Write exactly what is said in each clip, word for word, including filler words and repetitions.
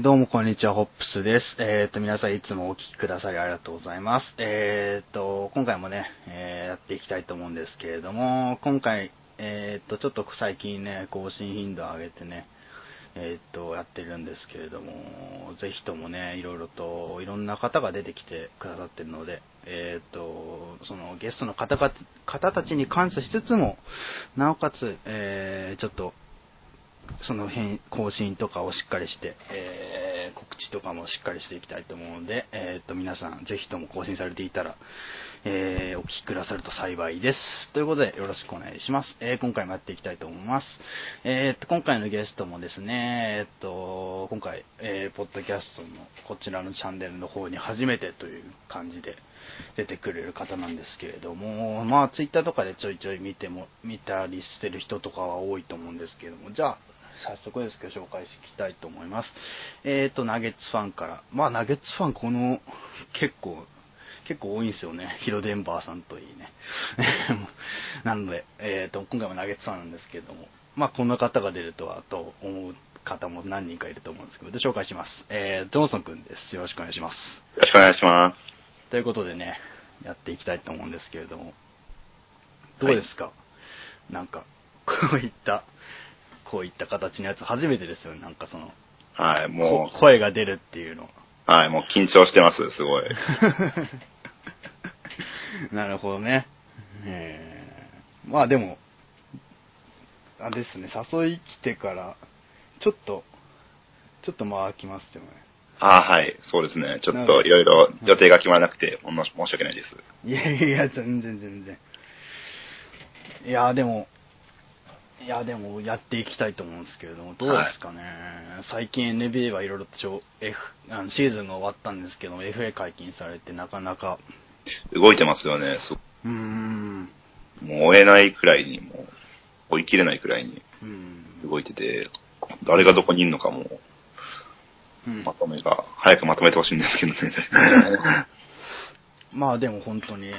どうもこんにちは、ホップスです。えっと、皆さんいつもお聞きくださりありがとうございます。えっと、今回もね、えー、やっていきたいと思うんですけれども、今回、えっと、ちょっと最近ね、更新頻度を上げてね、えっと、やってるんですけれども、ぜひともね、いろいろと、いろんな方が出てきてくださってるので、えっと、そのゲストの方々、方たちに感謝しつつも、なおかつ、えー、ちょっと、その辺、更新とかをしっかりして、えー、告知とかもしっかりしていきたいと思うので、えー、っと、皆さん、ぜひとも更新されていたら、えー、お聞きくださると幸いです。ということで、よろしくお願いします。えー、今回もやっていきたいと思います。えー、っと、今回のゲストもですね、えー、っと、今回、えー、ポッドキャストのこちらのチャンネルの方に初めてという感じで出てくれる方なんですけれども、まあ、ツイッターとかでちょいちょい見ても、見たりしてる人とかは多いと思うんですけれども、じゃあ、早速ですけど紹介していきたいと思います。えっと、ナゲッツファンから。まあ、ナゲッツファンこの、結構、結構多いんですよね。ヒロデンバーさんといいね。なので、えっと、今回もナゲッツファンなんですけれども、まあ、こんな方が出るとは、と思う方も何人かいると思うんですけど、で、紹介します。えー、ジョンソンくんです。よろしくお願いします。 よろしくお願いします。 ということでね、やっていきたいと思うんですけれども、どうですか、はい、なんか、こういった、こういった形のやつ初めてですよね、なんかその。 はい、もう。声が出るっていうの。 はい、もう緊張してます、すごい。 なるほどね。えー、まあでも、あれですね、誘い来てから、ちょっと、ちょっと間空きますよね。 あはい、そうですね。ちょっといろいろ予定が決まらなくて、うん、申し訳ないです。 いやいや、全然全然。いや、でも、いや、でもやっていきたいと思うんですけれども、どうですかね。はい、最近 エヌビーエー はいろいろと F あのシーズンが終わったんですけども、エフエー 解禁されてなかなか。 動いてますよね。 うーん。 もう追えないくらいに、もう追い切れないくらいに動いてて、誰がどこにいるのかも、うん、まとめが、早くまとめてほしいんですけどね。 まあでも本当に、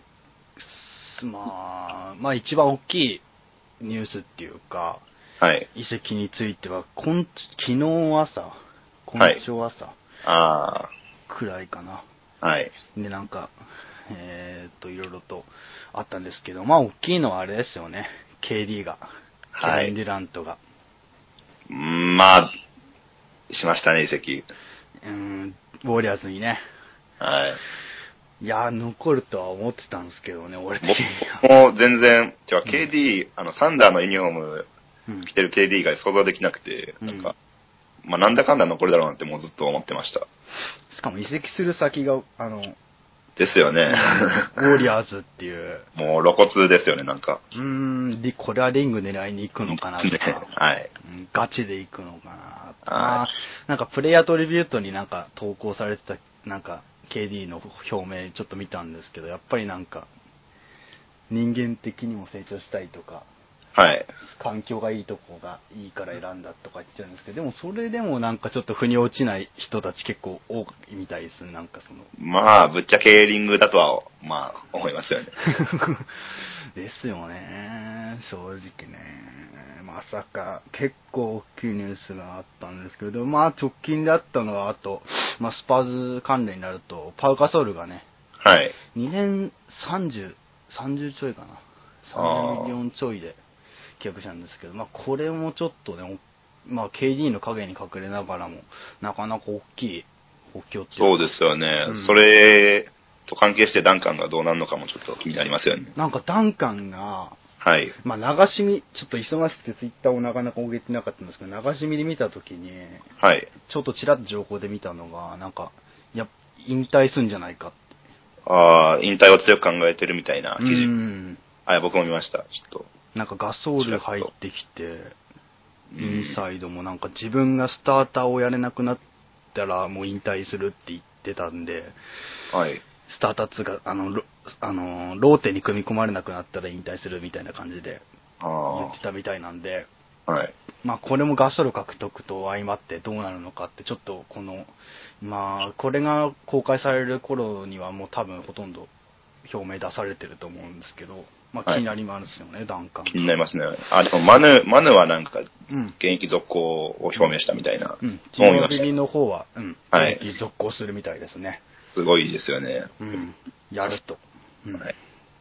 まあ、まあ一番大きいニュースっていうか、 はい、 移籍については、こん昨日朝、今朝朝、 はい、あくらいかな。 はい。 で、なんか、えー、っと、いろいろとあったんですけど、まあ大きいのはあれですよね。ケーディー が、 はい、 ケビン・デュラントが。 うん、まあ、しましたね、移籍。 うん、ウォリアーズにね。 はい。 いや、残るとは思ってたんですけどね、俺的には。もう全然、違う、ケーディー、あの、サンダーのユニフォーム着てる ケーディー 以外想像できなくて、うん、なんか、まあ、なんだかんだ残るだろうなってもうずっと思ってました。 しかも移籍する先が、あの、 ですよね。 ウォリアーズっていう。 もう露骨ですよね、なんか。 うーん、で、これはリング狙いに行くのかなとか。ね、 はい。 ガチで行くのかなとか。まあ、なんかプレイヤートリビュートになんか投稿されてた、なんか ケーディー の表明ちょっと見たんですけど、やっぱりなんか、人間的にも成長したいとか、 はい。 環境がいいとこがいいから選んだとか言ってるんですけど、でもそれでもなんかちょっと腑に落ちない人たち結構多いみたいですね、なんかその。 まあ、ぶっちゃけリングだとは、まあ、思いますよね。 ですよね、正直ね。まさか、結構大きいニュースがあったんですけど、まあ直近であったのは、あと、まあスパーズ関連になると、パウカソルがね、 はい。 にねんさんじゅう、さんじゅうちょいかな。さんじゅうミリオンちょいで契約したんですけど、まあこれもちょっとね、まあ ケーディー の影に隠れながらも、なかなか大きい補強っていうか。 そうですよね。うん、それと関係してダンカンがどうなるのかもちょっと気になりますよね。 なんかダンカンが、 はい。 まあ流し見、ちょっと忙しくてツイッターをなかなか追えてなかったんですけど、流し見で見たときに、 はい。 ちょっとちらっと情報で見たのが、なんか、や、引退すんじゃないかって。 ああ、引退を強く考えてるみたいな記事。 うん。 はい、僕も見ました。ちょっと。 なんかガソール入ってきて、インサイドもなんか自分がスターターをやれなくなったらもう引退するって言ってたんで、 はい。 スターターツが、あの、ロあの、ローテに組み込まれなくなったら引退するみたいな感じで言ってたみたいなんで、 はい。 まあこれもガソル獲得と相まってどうなるのかってちょっとこの、まあこれが公開される頃にはもう多分ほとんど表明出されてると思うんですけど、 まあ気になりますよね、はい、ダンカン。 気になりますね。あ、でもマヌ、マヌはなんか、現役続行を表明したみたいな。 うん。ジノビリの方は、うん。 はい。 現役続行するみたいですね。 すごいですよね。 うん。やると。うん、はい。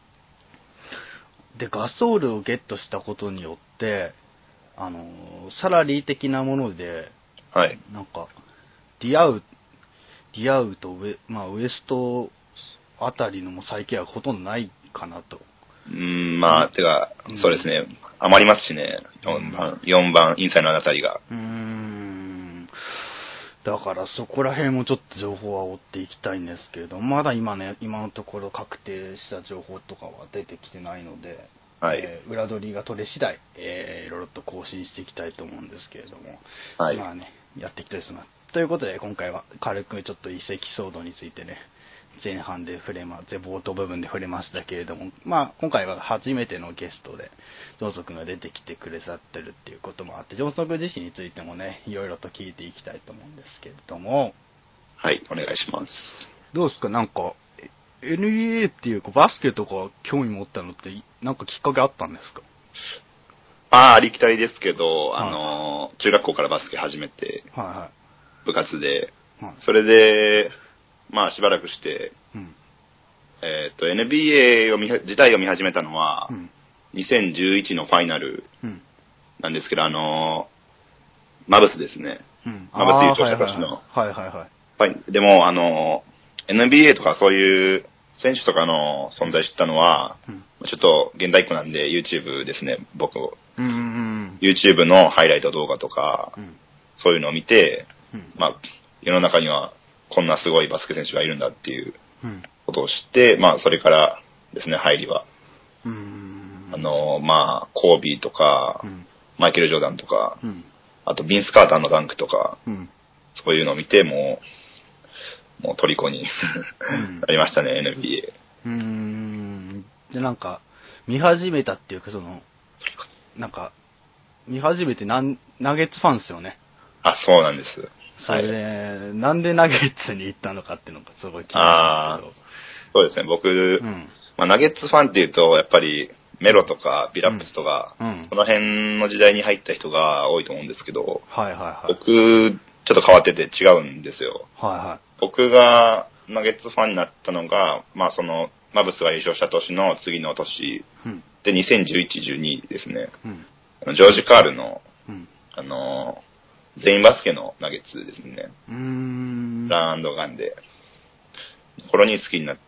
で、ガソールをゲットしたことによって、あの、サラリー的なもので、 はい。 なんか、ディアウ、ディアウとウエ、まあ、ウエストあたりのも再契約ほとんどないかなと。 うーん、まあ、てか、うん、そうですね。余りますしね。よんばん、よんばんインサイドのあたりが。 うーん。だからそこら辺もちょっと情報は追っていきたいんですけれど、まだ今ね、今のところ確定した情報とかは出てきてないので、はい、えー、裏取りが取れ次第、えー、いろいろと更新していきたいと思うんですけれども、はい、まあね、やっていきたいですな。ということで、今回は軽くちょっと移籍騒動についてね、前半で触れま、冒頭部分で触れましたけれども、まあ、今回は初めてのゲストで、ジョンソン君が出てきてくれさってるっていうこともあって、ジョンソン君自身についてもね、いろいろと聞いていきたいと思うんですけれども。 はい、お願いします。 どうですか、なんか、エヌビーエー っていうか、バスケとか興味持ったのって、なんかきっかけあったんですか？ ああ、ありきたりですけど、はい、あの、中学校からバスケ始めて、 はいはい、 部活で、はい、それで、まあしばらくして、うん、えっ、ー、と、エヌビーエー を見、自体を見始めたのは、うん、にせんじゅういちのファイナルなんですけど、あのー、マブスですね。うん、マブス優勝した年の。 はいはいはい。 はい。でも、あのー、エヌビーエー とかそういう選手とかの存在知ったのは、うん、ちょっと現代っ子なんで YouTube ですね、僕。うんうんうん、YouTube のハイライト動画とか、うん、そういうのを見て、うん、まあ、世の中にはこんなすごいバスケ選手がいるんだっていうことを知って、まあ、それからですね、入りは。うーん、あの、まあ、コービーとか、うん、マイケル・ジョーダンとか、うん、あと、ビンス・カーターのダンクとか、うん、そういうのを見て、もう、もう虜になりましたね、エヌビーエー。 うーん。で、なんか、見始めたっていうか、その、なんか、見始めてナンゲッツファンですよね。 あ、そうなんです。 それで、はい、なんでナゲッツに行ったのかっていうのがすごい気になるんですけど。 そうですね、僕、うん、まあ、ナゲッツファンっていうと、やっぱりメロとかビラップスとか、うんうん、その辺の時代に入った人が多いと思うんですけど、はいはいはい、僕、ちょっと変わってて違うんですよ。はいはい、僕がナゲッツファンになったのが、まあその、マブスが優勝した年の次の年、うん、で、にせんじゅういち、じゅうにですね、うん、ジョージ・カールの、うん、あの、全員バスケのナゲッツですね。うーん、ランガンで。頃に好きになって、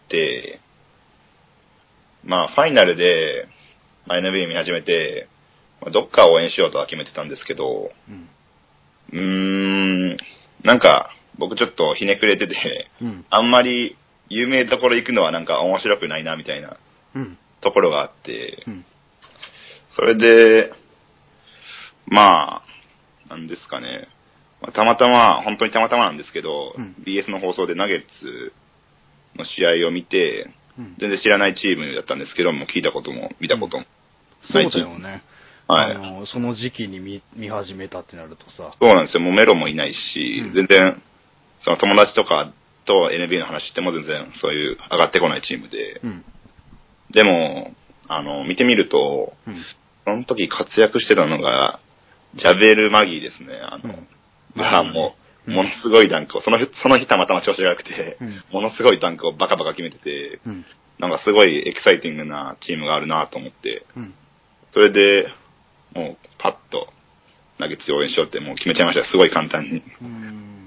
まあ、ファイナルで、まあ、エヌビーエー 見始めて、まあ、どっか応援しようとは決めてたんですけど、うん、うーん、なんか、僕ちょっとひねくれてて、うん、あんまり有名どころ行くのはなんか面白くないな、みたいな、ところがあって、うん、それで、まあ、なんですかね、たまたま、本当にたまたまなんですけど、うん、ビーエス の放送でナゲッツの試合を見て、うん、全然知らないチームだったんですけども、聞いたことも見たこともないチーム。 そうだよね。はい。あの、その時期に 見, 見始めたってなるとさ。 そうなんですよ。もうメロもいないし、うん、全然、その友達とかと エヌビーエー の話しても全然そういう上がってこないチームで。うん、でも、あの、見てみると、うん、その時活躍してたのが、ジャベル・マギーですね。あの、うんがもう、ものすごいダンクを、その日、その日たまたま調子が良くて、うん、ものすごいダンクをバカバカ決めてて、うん、なんかすごいエキサイティングなチームがあるなと思って、うん、それで、もうパッとナゲッツ応援しようってもう決めちゃいました。すごい簡単に。うん、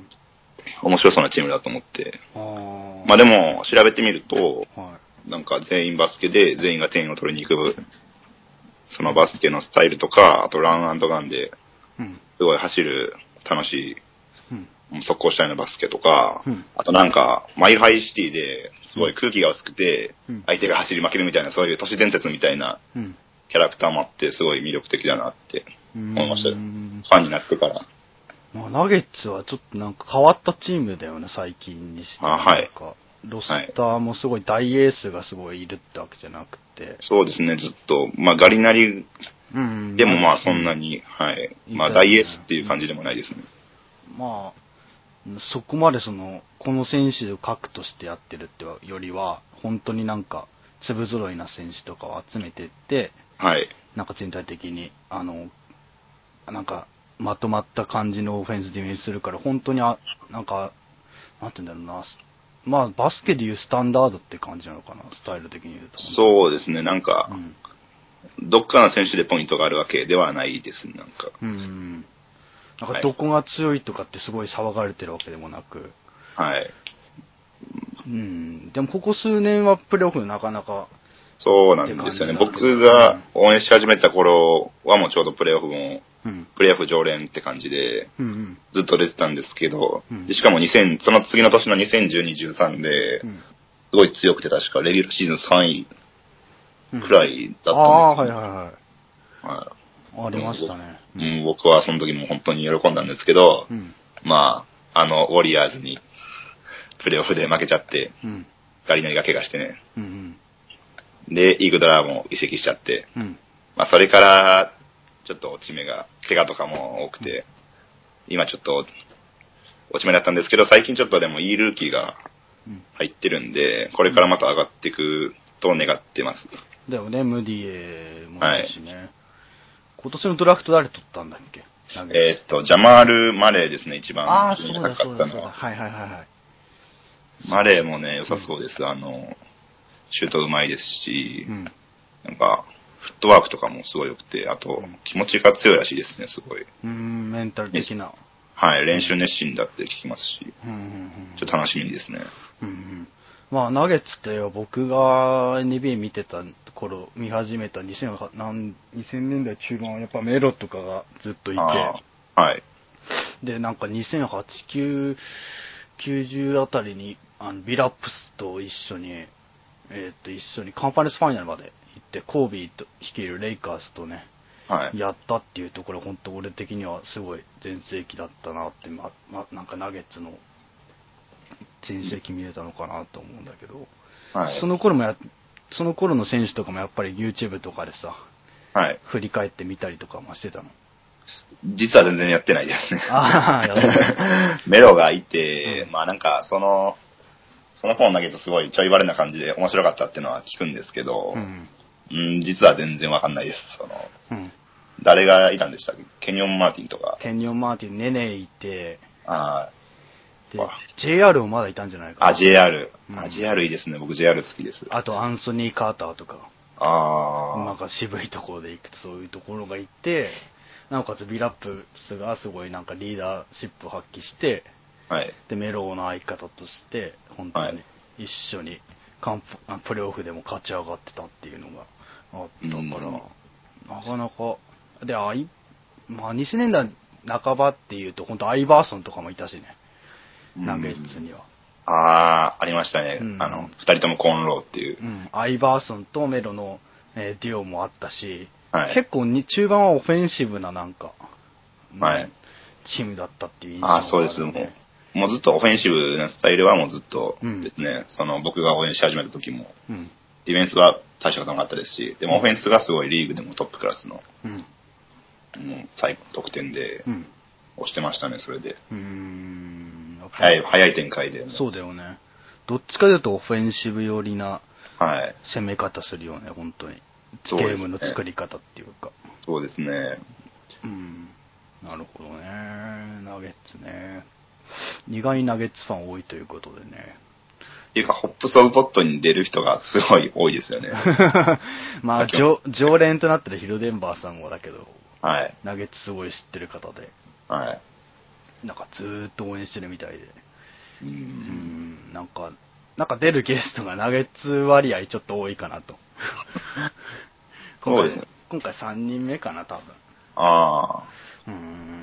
面白そうなチームだと思って。あまあでも、調べてみると、はい、なんか全員バスケで全員が点を取りに行く、そのバスケのスタイルとか、あとラン&ガンで、すごい走る、楽しい、うん、速攻したようなバスケとか、うん、あとなんか、マイルハイシティですごい空気が薄くて、相手が走り負けるみたいな、そういう都市伝説みたいなキャラクターもあって、すごい魅力的だなって思いましたよ。ファンになってから。 まあ、ナゲッツはちょっとなんか変わったチームだよね、最近にして。あ、はい。ロスターもすごい大エースがすごいいるってわけじゃなくて。 そうですね、ずっと、まあガリナリ、うん、でもまあそんなに、うん、はい。まあ大エースっていう感じでもないですね。 うん、まあ、そこまでその、この選手を核としてやってるってよりは、本当になんか、 粒揃いな選手とかを集めていって、 はい。 なんか全体的に、あの、なんか、まとまった感じのオフェンスディフェンスするから、本当にあ、なんか、なんて言うんだろうな、まあ、バスケでいうスタンダードって感じなのかな、スタイル的に言うと。 そうですね、なんか、うん、どっかの選手でポイントがあるわけではないですね、なんか。 うん。なんかどこが強いとかってすごい騒がれてるわけでもなく。 はい。 うん。でもここ数年はプレーオフなかなか。 そうなんですよね。僕が応援し始めた頃はもうちょうどプレーオフも、うん、プレーオフ常連って感じで、ずっと出てたんですけど、うん、でしかもにせん、その次の年のにせんじゅうに、じゅうさんで、うん、すごい強くて確かレギュラーシーズンさんいくらいだったんです、ね、うん、ああ、はいはいはい。はい、ありましたね、 うん。僕はその時も本当に喜んだんですけど、うん、まあ、あの、ウォリアーズにプレーオフで負けちゃって、うん、ガリナリが怪我してね。うんうんで、イーグドラも移籍しちゃって、うん、まあそれから、ちょっと落ち目が、怪我とかも多くて、うん、今ちょっと、落ち目だったんですけど、最近ちょっとでもいいルーキーが入ってるんで、これからまた上がっていくと願ってます。 だよね、ムディエもいるしね。はい、今年のドラフト誰取ったんだっけ？ えー、っと、ジャマール・マレーですね、一番。 ああ、そうだそうだそうだ。はいはいはいはい。 マレーもね、良さそうです。うん、あの、シュートうまいですし、うん、なんか、フットワークとかもすごい良くて、あと、気持ちが強いらしいですね、すごい。 うん、メンタル的な。 はい、練習熱心だって聞きますし、うん、ちょっと楽しみですね。 うんうん、まあ、ナゲッツって僕が エヌビーエー 見てた頃、見始めたにせんねんだい中盤はやっぱメロとかがずっといて、 はい。 で、なんかにせんはち、きゅう、きゅうじゅうあたりにあのビラップスと一緒に、えっと、一緒にカンファレンスファイナルまで行って、コービーと率いるレイカーズとね、はい、やったっていうところ、本当俺的にはすごい全盛期だったなって、ま、ま、なんかナゲッツの全盛期見れたのかなと思うんだけど、はい、その頃もや、その頃の選手とかもやっぱり YouTube とかでさ、はい、振り返ってみたりとかもしてたの？ 実は全然やってないですね。ああ、やってない。メロがいて、うん、まあなんかその、その子の投げとすごいちょいバレな感じで面白かったっていうのは聞くんですけど、うん、うん、実は全然わかんないです。その、うん、誰がいたんでしたっけ？ケニオン・マーティンとか。 ケニオン・マーティン、ネネいて、あで、ジェイアール もまだいたんじゃないかな。 あ、ジェイアール。うん、あ、ジェイアール いいですね。僕 ジェイアール 好きです。 あと、アンソニー・カーターとか。ああ。なんか渋いところで行くと、そういうところがいて、なおかつビラップスがすごいなんかリーダーシップを発揮して、はい、で、メローの相方として、本当に一緒にカンプ、プレーオフでも勝ち上がってたっていうのがあったから、なかなか、で、あい、まあにせんねんだい半ばっていうと、本当アイバーソンとかもいたしね、ナゲッツには。 ああ、ありましたね。うん、あの、二人ともコーンローっていう。 うん、アイバーソンとメロの、えー、デュオもあったし、はい、結構に中盤はオフェンシブななんか、はい、チームだったっていう印象がある、ね。 あ、そうです。もう、もうずっとオフェンシブなスタイルはもうずっとですね、うん、その僕が応援し始めた時も、うん、ディフェンスは大したことなかったですし、でもオフェンスがすごいリーグでもトップクラスの、うん、もう最得点で、押してましたね、それで。うーん、早い、早い展開で。 そうだよね。どっちかというとオフェンシブ寄りな攻め方するよね、本当に。ゲームの作り方っていうか。 そうですね。 うん。なるほどね。ナゲッツね。意外にナゲッツファン多いということでね。 っていうか、ホップソウボットに出る人がすごい多いですよね。 まあ、常連となってるヒルデンバーさんもだけど、はい。ナゲッツすごい知ってる方で。はい。なんかずーっと応援してるみたいで。うん。うんなんか、なんか出るゲストがナゲッツ割合ちょっと多いかなと。今回、そうですね、今回さんにんめかな、多分。ああ。うん。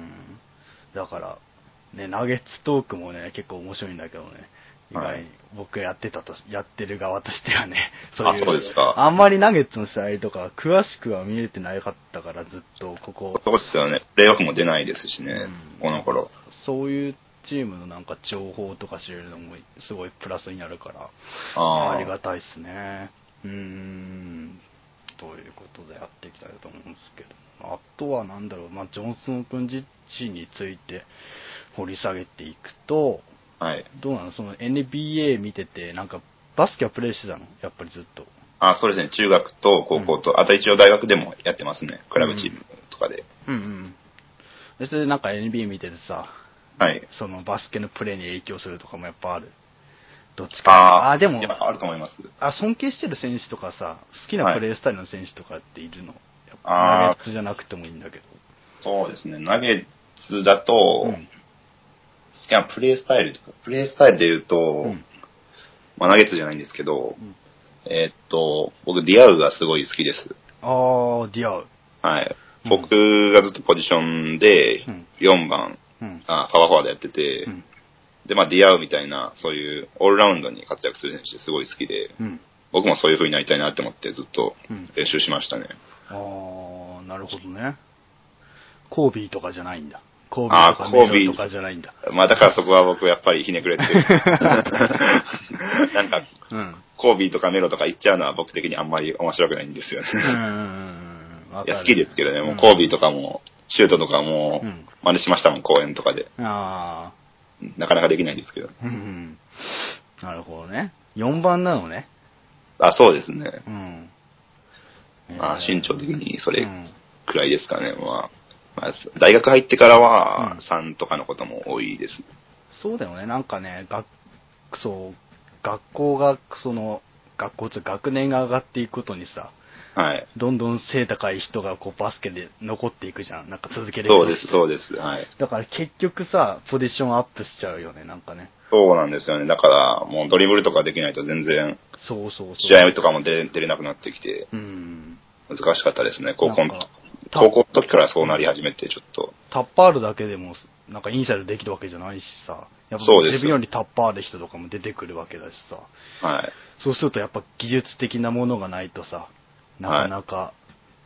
だから、ね、ナゲッツトークもね、結構面白いんだけどね。意外に僕やってたと、やってる側としてはね、 そういう。あ、そうですか。 あんまりナゲッツの試合とか、詳しくは見えてなかったから、ずっとここ。 そうですよね。プレイオフも出ないですしね、うん、この頃。 そういうチームのなんか情報とか知れるのもすごいプラスになるから、あ, ありがたいですね。うーん。ということでやっていきたいと思うんですけど、あとはなんだろう、まあ、ジョンソン君自身について掘り下げていくと、はい、どうなのその エヌビーエー 見てて、なんかバスケはプレイしてたのやっぱりずっと。 あ、そうですね。中学と高校と、うん、あと一応大学でもやってますね。クラブチームとかで。 うん、うん、うん。別になんか エヌビーエー 見ててさ、 はい。 そのバスケのプレーに影響するとかもやっぱある。どっちか。ああ、でも、 あると思います。 あ、尊敬してる選手とかさ、好きなプレースタイルの選手とかっているの？ はい、 ナゲッツじゃなくてもいいんだけど。 そうですね。ナゲッツだと、うん、好きなプレースタイルとか、プレースタイルで言うと、うん、まあナゲッツじゃないんですけど、うん、えー、っと、僕ディアウがすごい好きです。 あー、ディアウ。 はい。僕がずっとポジションで、よんばん、うん、あパワーフォワードやってて、うん、で、まあ、ディアウみたいな、そういうオールラウンドに活躍する選手すごい好きで、うん、僕もそういう風になりたいなって思ってずっと練習しましたね。 うん、ああ、なるほどね。コービーとかじゃないんだ。コービーとかメロとかじゃないんだ。 まあ、だからそこは僕やっぱりひねくれてる。なんか、うん、コービーとかメロとか言っちゃうのは僕的にあんまり面白くないんですよね。いや、好きですけどね、もうコービーとかも、シュートとかも、真似しましたもん、公園とかで。ああ。なかなかできないんですけど。 うんうん、なるほどね。よんばんなのね。 あ、そうですね。うん。まあ、身長的にそれくらいですかね。まあ、まあ、大学入ってからは、さんとかのことも多いです。うん、 そうだよね。なんかね、学、そう、学校が、その、学校って学年が上がっていくことにさ、はい。どんどん背高い人がこうバスケで残っていくじゃん。なんか続けていく。 そうです、そうです。はい。 だから結局さ、ポジションアップしちゃうよね、なんかね。 そうなんですよね。だから、もうドリブルとかできないと全然、そうそうそう。試合とかも出れなくなってきて、うん。難しかったですね、高校の。高校の時からそうなり始めて、ちょっと。 タッパールだけでも、なんかインサイドできるわけじゃないしさ。やっぱ自分よりタッパーで人とかも出てくるわけだしさ。はい。そうするとやっぱ技術的なものがないとさ、なかなか、はい、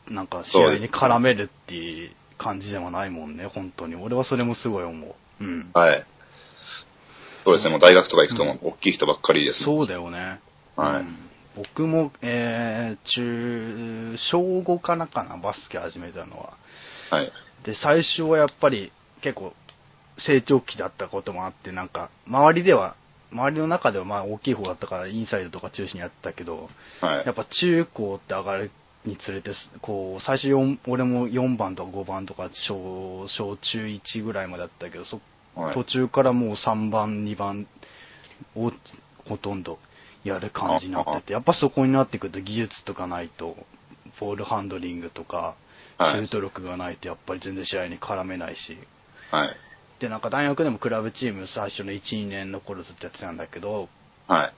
なんか試合に絡めるっていう感じではないもんね、本当に。俺はそれもすごい思う。うん。 はい。そうですね、もう大学とか行くと大きい人ばっかりですね。 そうだよね。はい。うん、僕も、えー、中、小ごからかな、バスケ始めたのは。はい。で、最初はやっぱり結構成長期だったこともあって、なんか、周りでは、周りの中ではまあ大きい方だったからインサイドとか中心にやってたけど、はい、やっぱ中高って上がるにつれて、こう、最初よん、俺もよんばんとかごばんとか小、小中いちぐらいまでだったけど、そ、はい、途中からもうさんばん、にばんをほとんどやる感じになってて、やっぱそこになってくると技術とかないと、ボールハンドリングとか、シュート力がないとやっぱり全然試合に絡めないし、はい。で、なんか大学でもクラブチーム最初のいち、にねんの頃ずっとやってたんだけど、はい。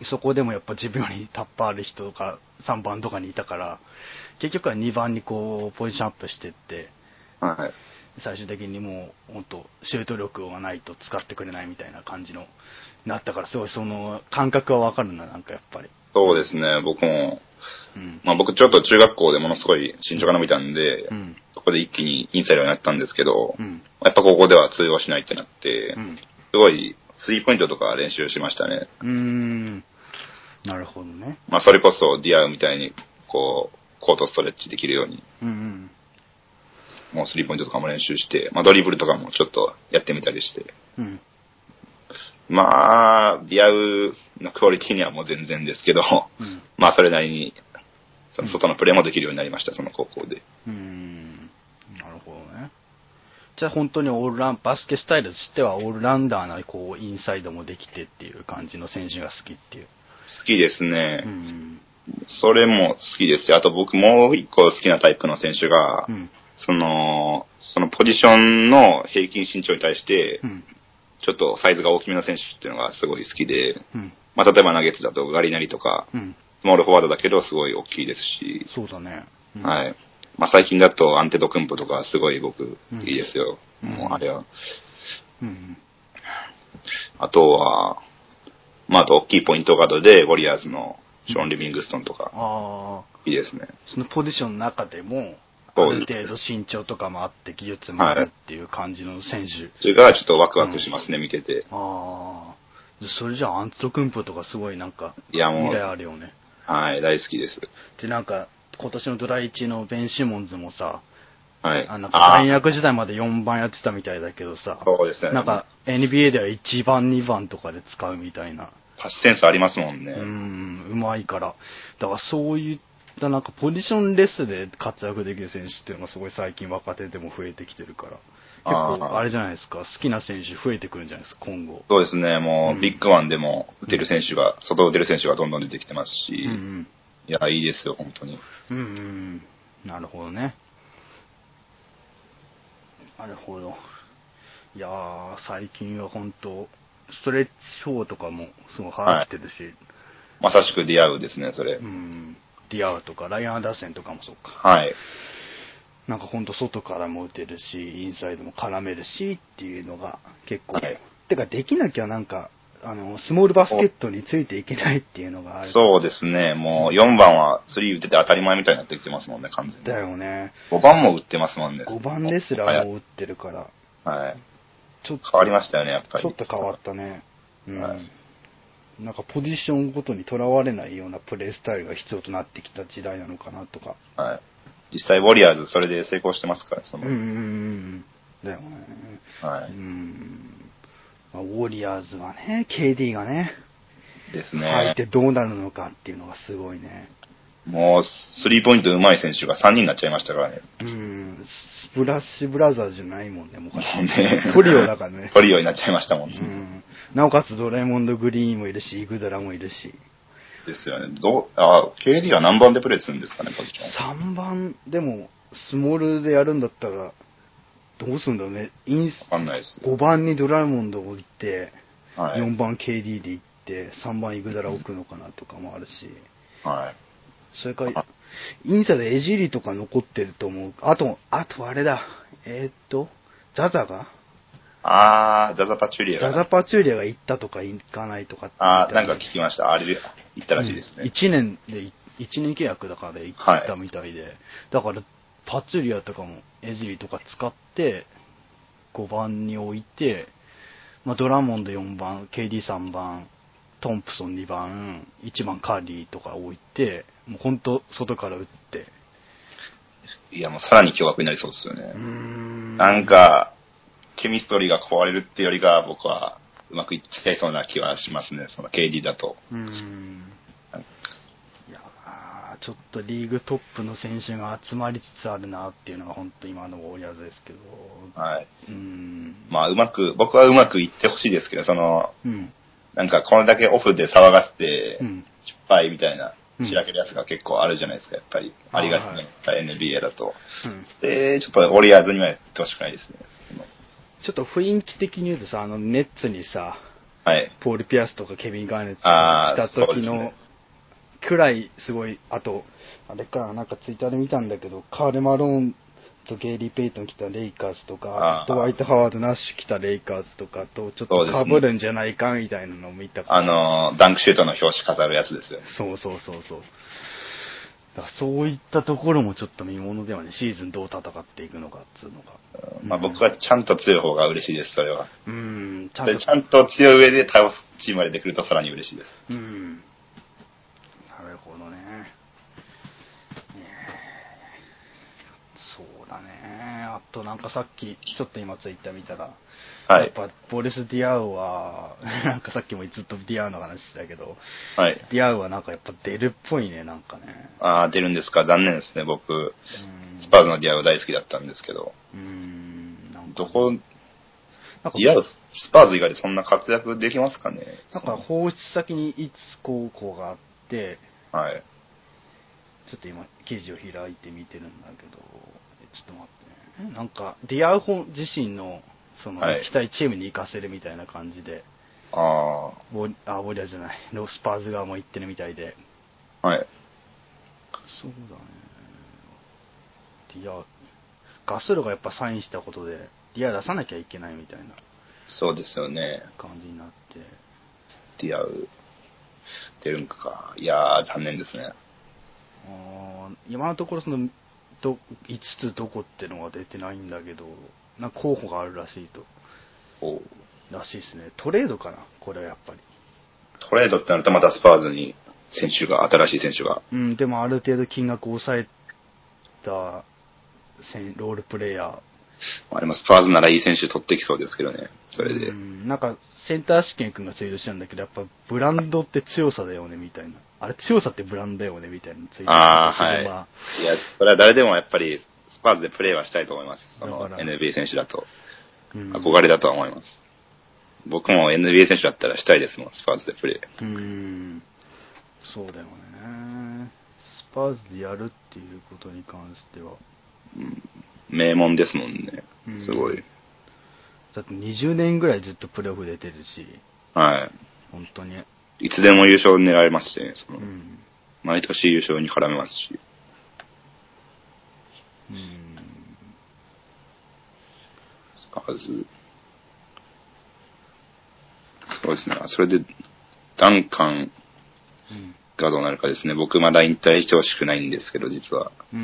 そこでもやっぱ自分よりタッパーある人とかさんばんとかにいたから、結局はにばんにこう、ポジションアップしてって、はい。最終的にもう、ほんと、シュート力がないと使ってくれないみたいな感じの、なったから、すごいその、感覚はわかるな、なんかやっぱり。 そうですね、僕も、うん、まあ僕ちょっと中学校でものすごい身長が伸びたんで、うん、そこで一気にインサイドになったんですけど、うん、やっぱ高校では通用しないってなって、うん、すごいスリーポイントとか練習しましたね。 うーん。なるほどね。 まあそれこそディアウみたいに、こう、コートストレッチできるように、うんうん、もうスリーポイントとかも練習して、まあドリブルとかもちょっとやってみたりして、うん、まあ、ディアウのクオリティにはもう全然ですけど、うん、まあそれなりに、その外のプレーもできるようになりました、その高校で。 うーん、なるほどね。じゃあ本当にオールラン、バスケスタイルとしてはオールラウンダーな、こう、インサイドもできてっていう感じの選手が好きっていう。 好きですね。うん、それも好きですし、あと僕もう一個好きなタイプの選手が、うん、その、そのポジションの平均身長に対して、うん、ちょっとサイズが大きめの選手っていうのがすごい好きで、うん、まあ例えばナゲッツだとガリナリとか、うん、スモールフォワードだけどすごい大きいですし、 そうだね。 うん、はい。まあ最近だとアンテドクンプとかすごい僕いいですよ。うん、もうあれは。うん、あとは、まああと大きいポイントガードでウォリアーズのショーン・リビングストンとか、いいですね。 そのポジションの中でも、ある程度身長とかもあって技術もあるっていう感じの選手。はい、 それがちょっとワクワクしますね、うん、見てて。 ああ。それじゃあアントクンプとかすごいなんか、いやもう未来あるよね。 はい、大好きです。 で、なんか、今年のドラいちのベン・シモンズもさ、はい。あなんか大学時代までよんばんやってたみたいだけどさ、 そうですね。 なんか エヌビーエー ではいちばん、にばんとかで使うみたいな。 パスセンスありますもんね。 うん、うまいから。だからそういったなんかポジションレスで活躍できる選手っていうのがすごい最近若手でも増えてきてるから。結構あれじゃないですか、好きな選手増えてくるんじゃないですか、今後。 そうですね、もう、うん、ビッグワンでも打てる選手が、うん、外打てる選手がどんどん出てきてますし、うんうん、いや、いいですよ、本当に。 うんうん、なるほどね。なるほど。いやー、最近は本当、ストレッチフォーとかもすごい流行ってるし、はい、 まさしくディアウですね、それ。 うん、ディアウとか、ライアン打線とかもそうか。 はい。 なんかほんと外からも打てるし、インサイドも絡めるしっていうのが結構、はい、てかできなきゃなんか、あの、スモールバスケットについていけないっていうのがある。 そうですね、もうよんばんはスリー打ってて当たり前みたいになってきてますもんね、完全に。 だよね。 ごばんも打ってますもんね。 ごばんですらもう打ってるから。 はい。ちょっと変わりましたよね、やっぱり。 ちょっと変わったね。うん。はい、なんかポジションごとにとらわれないようなプレースタイルが必要となってきた時代なのかなとか。 はい。実際ウォリアーズそれで成功してますから、その。 うんうんうん。だよね。 はい。 うん。まあ、ウォリアーズはね、ケーディー がね。 ですね。 入ってどうなるのかっていうのがすごいね。 もう、スリーポイント上手い選手がさんにんになっちゃいましたからね。 うん。スプラッシュブラザーズじゃないもんね、もうね。 トリオだからね。 トリオになっちゃいましたもんね。 うん。なおかつドラえもんドグリーンもいるし、イグドラもいるし。 ですよね。どう、あ、ケーディー は何番でプレーするんですかね、ポジション。 さんばんでも、スモールでやるんだったら、どうするんだろうね。インス、 わかんないです。 ごばんにドラえもんド置いて、 はい、 よんばん ケーディー で行って、さんばんイグドラ置くのかなとかもあるし。 はい。 それから、インサでエジリとか残ってると思う。あと、あとあれだ。えー、っと、ザザがあー、ザザパチュリアが。ザザパチュリアが行ったとか行かないとかって。 あー、なんか聞きました。あれで行ったらしいですね。 うん、いちねんで、いちねん契約だから行ったみたいで。はい、だから、パチュリアとかもエジリとか使って、ごばんに置いて、まあ、ドラモンドよんばん、ケーディーさんばん、トンプソンにばん、いちばんカーリーとか置いて、もうほんと外から打って。 いや、もうさらに凶悪になりそうですよね。 うーんなんか、ケミストリーが壊れるってよりが僕はうまくいっちゃいそうな気はしますね、その ケーディー だと。 うーん。いやー、ちょっとリーグトップの選手が集まりつつあるなっていうのが本当今のウォリアーズですけど。 はい。 うーん。 まあうまく、僕はうまくいってほしいですけど、その、 うん、なんかこれだけオフで騒がせて、失敗みたいな、しらけるやつが結構あるじゃないですか、やっぱり。ありがちな、はい、エヌビーエー だと。うん、で、ちょっとウォリアーズにはやってほしくないですね。 ちょっと雰囲気的に言うとさ、あのネッツにさ、 はい、 ポール・ピアスとかケビン・ガーネットが来た時のくらいすごい、あと、あれか、なんかツイッターで見たんだけど、カール・マローンとゲイリー・ペイトン来たレイカーズとか、ドワイト・ハワード・ナッシュ来たレイカーズとかとちょっと被るんじゃないかみたいなのを見たから、 ね、あの、ダンクシュートの表紙飾るやつですよね。 そうそうそうそう。だそういったところもちょっと見ものではね、シーズンどう戦っていくのかっていうのが。 うん、まあ僕はちゃんと強い方が嬉しいです、それは。 うん、 ちゃんと。ちゃんと強い上で倒すチームまでできるとさらに嬉しいです。 うん。なるほどね。そうだね。あとなんかさっき、ちょっと今ツイッター見たら、はい、やっぱボリス・ディアウは、なんかさっきもずっとディアウの話したけど、 はい、 ディアウはなんかやっぱ出るっぽいね、なんかね。 ああ、出るんですか。残念ですね、僕。スパーズのディアウ大好きだったんですけど。 うーん、なんか、ね、 どこ、ディアウ、スパーズ以外でそんな活躍できますかね。 なんか放出先にいつ高校があって、 はい。 ちょっと今記事を開いて見てるんだけど、ちょっと待ってね。なんかディアウ本自身のその、はい、行きたいチームに行かせるみたいな感じで、 あボあボリアじゃない、ロスパーズ側も行ってるみたいで、 はい。 そうだね。ディアガスロがやっぱサインしたことでディア出さなきゃいけないみたいな。 そうですよね。 感じになって。 ディアウ出るんか。いやー残念ですね。 あ今のところそのどいつつどこってのが出てないんだけど、なんか候補があるらしいと。 おらしいですね。トレードかな、これはやっぱり。 トレードってなるとまたスパーズに選手が、新しい選手が。 うん、でもある程度金額を抑えたロールプレイヤーあれもスパーズならいい選手取ってきそうですけどね、それで。 うん、なんか、センター試験君がツイートしたんだけど、やっぱブランドって強さだよね、みたいな。あれ強さってブランドだよね、みたいなツイートしてたけど、 ああ、はい。まあ、いや、それは誰でもやっぱり、スパーズでプレーはしたいと思います。その エヌビーエー 選手だと。うん、憧れだとは思います。僕も エヌビーエー 選手だったらしたいですもん、スパーズでプレー。 うん。そうだよね。スパーズでやるっていうことに関しては。 うん、名門ですもんね。すごい。 だってにじゅうねんぐらいずっとプレーオフ出てるし。 はい。 本当に。 いつでも優勝狙えますしね。そのうん、毎年優勝に絡めますし。うん。スパーズ。そうですね。それで、ダンカンがどうなるかですね。僕まだ引退してほしくないんですけど、実は。うん、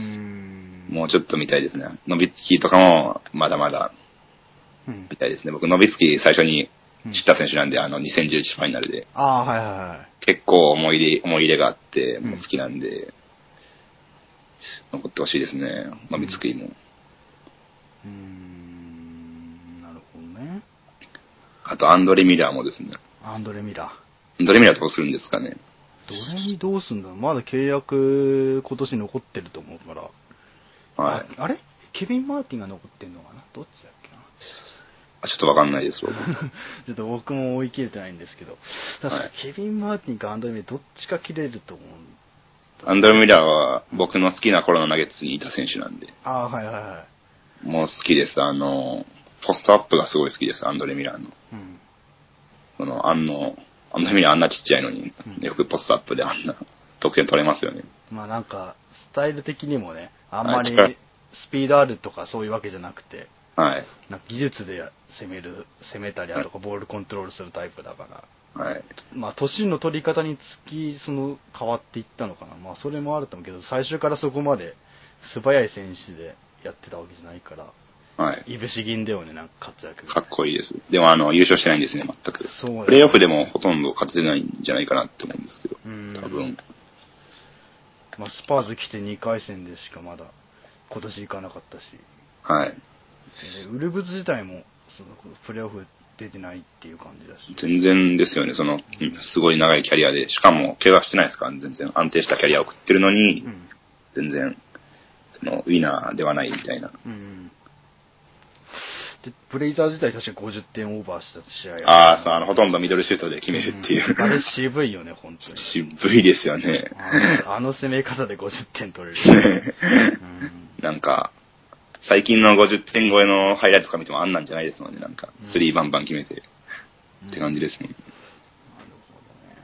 もうちょっと見たいですね。ノビツキとかもまだまだ見たいですね。僕、ノビツキ最初に知った選手なんで、あの、にせんじゅういちファイナルで。 ああ、はいはいはい。 結構思い入れ、思い入れがあって、もう好きなんで、うん、残ってほしいですね。ノビツキも。うーん、なるほどね。 あと、アンドレ・ミラーもですね。 アンドレ・ミラー。 アンドレ・ミラーどうするんですかね。 どれにどうすんだろう。まだ契約今年残ってると思うから。はい。あ, あれケビン・マーティンが残ってんのかな、どっちだっけな。 あ、ちょっとわかんないですよ。 ちょっと僕も追い切れてないんですけど。確かケビン・マーティンかアンドレ・ミラーどっちか切れると思う。 アンドレ・ミラーは僕の好きな頃のナゲッツにいた選手なんで。 ああ、はいはいはい。 もう好きです。あの、ポストアップがすごい好きです、アンドレ・ミラーの。うん。その、あの、アンドレ・ミラーあんなちっちゃいのに、うん、よくポストアップであんな得点取れますよね。 まあなんか、スタイル的にもね、あんまりスピードあるとかそういうわけじゃなくて、はい。なんか技術で攻める、攻めたりあとかボールコントロールするタイプだから、はい。まあ年の取り方につき、その変わっていったのかな。まあそれもあると思うけど、最初からそこまで素早い選手でやってたわけじゃないから、はい。いぶし銀だよね、なんか活躍が。 かっこいいです。でもあの、優勝してないんですね、全く。そうね。プレイオフでもほとんど勝ててないんじゃないかなって思うんですけど、多分。 まあ、スパーズ来てにかい戦でしかまだ今年行かなかったし。はい。ウルブズ自体もそのプレーオフ出てないっていう感じだし。 全然ですよね、その、すごい長いキャリアで、しかも怪我してないですから、全然安定したキャリアを送ってるのに、うん、全然、その、ウィナーではないみたいな。うんでブレイザー自体確かごじゅってんオーバーした試合。 ああ、そう、あの、ほとんどミドルシュートで決めるっていう。 うん、あれ渋いよね、本当に。 渋いですよね。 あの攻め方でごじゅってん取れる。 うん、なんか、最近のごじゅってん超えのハイライトとか見てもあんなんじゃないですもんね、なんか。スリーバンバン決めて。うん、って感じですもん。なるほ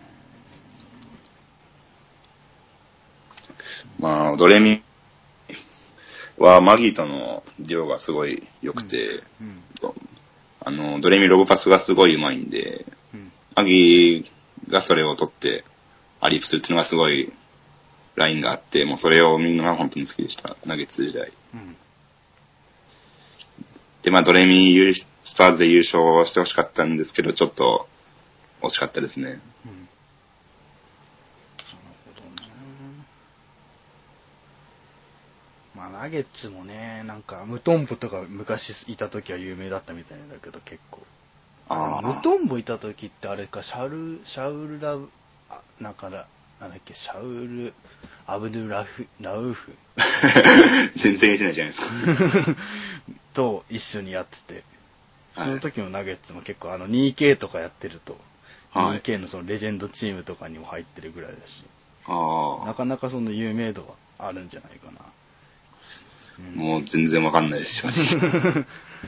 どね。まあ、ドレミはマギーとのデュオがすごい良くて、うんうん、あの、ドレミロブパスがすごい上手いんで、うん、マギーがそれを取ってアリープするっていうのがすごいラインがあって、もうそれを見るのが本当に好きでした、ナゲッツ時代。うん、で、まあドレミスパーズで優勝してほしかったんですけど、ちょっと惜しかったですね。うんまあ、ナゲッツもね、なんか、ムトンボとか昔いた時は有名だったみたいなんだけど、結構。あムトンボいた時ってあれか、シャル、シャウルラブ、あ、なんかな、なんだっけ、シャウル、アブドゥラフ、ラウフ。 全然言えてないじゃないですか。 と一緒にやってて、その時のナゲッツも結構あの ツーケー とかやってると、はい、ツーケー のそのレジェンドチームとかにも入ってるぐらいだし、あなかなかその有名度はあるんじゃないかな。 もう全然わかんないです、正直。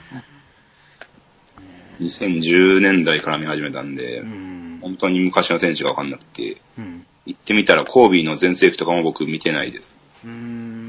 にせんじゅうねんだいから見始めたんで、うん、本当に昔の選手がわかんなくて、うん、行ってみたらコービーの全盛期とかも僕見てないです。うん、